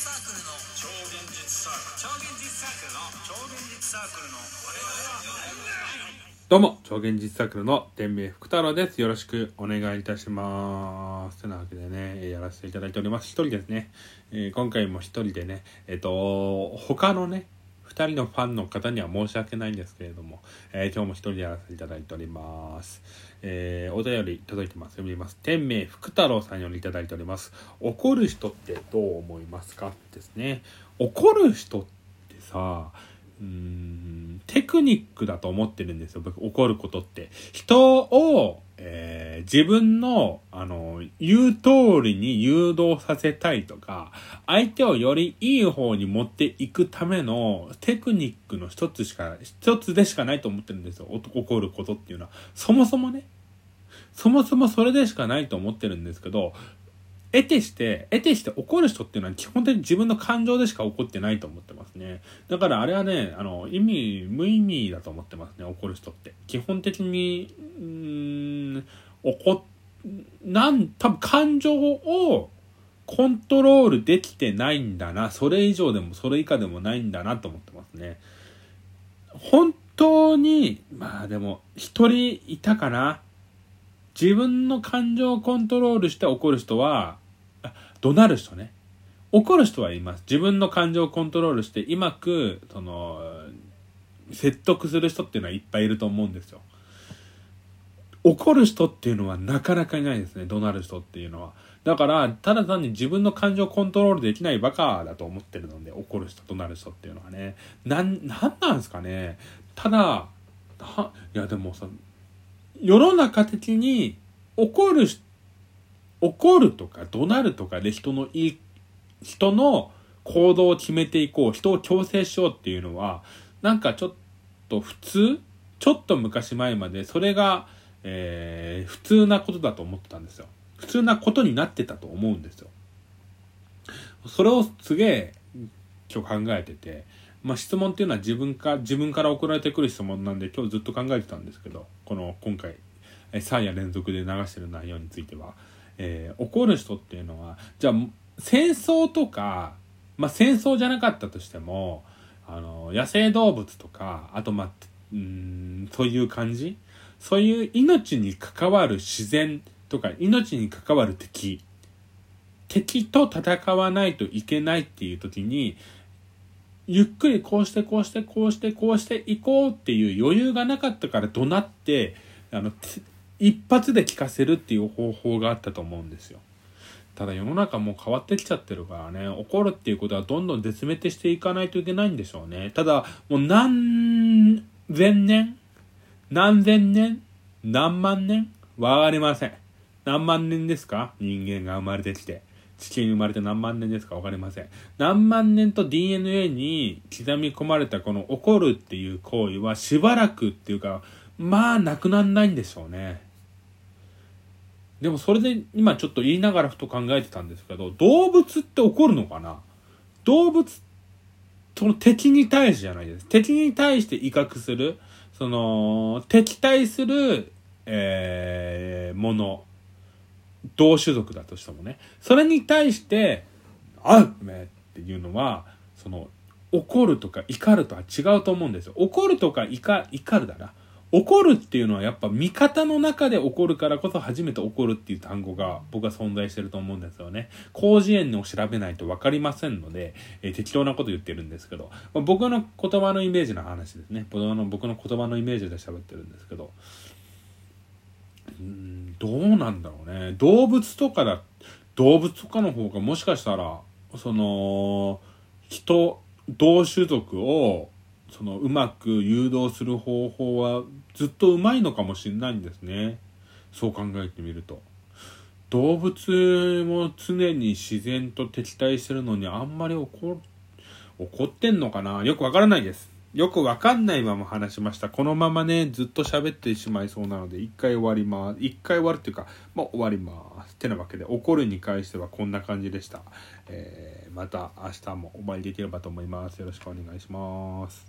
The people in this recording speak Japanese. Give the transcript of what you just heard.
サークルの超現実サークルのどうも超現実サークルの天命福太郎です。よろしくお願いいたします。というわけでね、やらせていただいております。一人ですね、今回も一人でね、他のね2人のファンの方には申し訳ないんですけれども、今日も一人でやらせていただいております。お便り届いてます。読みます。天命福太郎さんよりいただいております。怒る人ってどう思いますかですね。怒る人ってさ、テクニックだと思ってるんですよ。僕怒ることって人を、自分の言う通りに誘導させたいとか、相手をよりいい方に持っていくためのテクニックの一つでしかないと思ってるんですよ。怒ることっていうのはそもそもそれでしかないと思ってるんですけど、得てして怒る人っていうのは基本的に自分の感情でしか怒ってないと思ってますね。だからあれはね、無意味だと思ってますね。怒る人って基本的に多分感情をコントロールできてないんだな、それ以上でもそれ以下でもないんだなと思ってますね。本当にでも一人いたかな。自分の感情をコントロールして怒る人は、怒鳴る人ね。怒る人はいます。自分の感情をコントロールしてうまく説得する人っていうのはいっぱいいると思うんですよ。怒る人っていうのはなかなかいないですね。怒鳴る人っていうのは。だからただ単に自分の感情をコントロールできないバカだと思ってるので、怒る人怒鳴る人っていうのはね、なんですかね。ただいやでもさ、世の中的に怒るとか怒鳴るとかで人の行動を決めていこう、人を強制しようっていうのはなんかちょっとちょっと昔前までそれが、普通なことだと思ってたんですよ。普通なことになってたと思うんですよ。それをすげえ今日考えてて、質問っていうのは自分から送られてくる質問なんで、今日ずっと考えてたんですけど、今回3夜連続で流してる内容については、怒る人っていうのは、じゃあ戦争とか、戦争じゃなかったとしても野生動物とか、あとそういう感じ、そういう命に関わる自然とか命に関わる敵と戦わないといけないっていう時に、ゆっくりこうしていこうっていう余裕がなかったから怒鳴って一発で聞かせるっていう方法があったと思うんですよ。ただ世の中もう変わってきちゃってるからね、怒るっていうことはどんどん絶滅していかないといけないんでしょうね。ただもう何千年何万年わかりません。何万年ですか、人間が生まれてきて。地球に生まれて何万年ですかわかりません。何万年と DNA に刻み込まれたこの怒るっていう行為はしばらくっていうかなくなんないんでしょうね。でもそれで今ちょっと言いながらふと考えてたんですけど、動物って怒るのかな。動物その敵に対してじゃないです。敵に対して威嚇する、敵対する、もの、同種族だとしてもね、それに対してっていうのは怒るとか怒るとは違うと思うんですよ。怒るとか怒るだな。怒るっていうのはやっぱ味方の中で怒るからこそ初めて怒るっていう単語が僕は存在してると思うんですよね。広辞苑を調べないと分かりませんので、適当なこと言ってるんですけど、僕の言葉のイメージの話ですね。僕の言葉のイメージで喋ってるんですけど、どうなんだろうね。動物とかの方がもしかしたら同種族をうまく誘導する方法はずっとうまいのかもしれないんですね。そう考えてみると、動物も常に自然と敵対してるのにあんまり怒ってんのかな。よくわからないです。よくわかんないまま話しました。このままねずっと喋ってしまいそうなので一回終わります。一回終わるっていうか終わりますってなわけで、怒るに関してはこんな感じでした。また明日もお会いできればと思います。よろしくお願いします。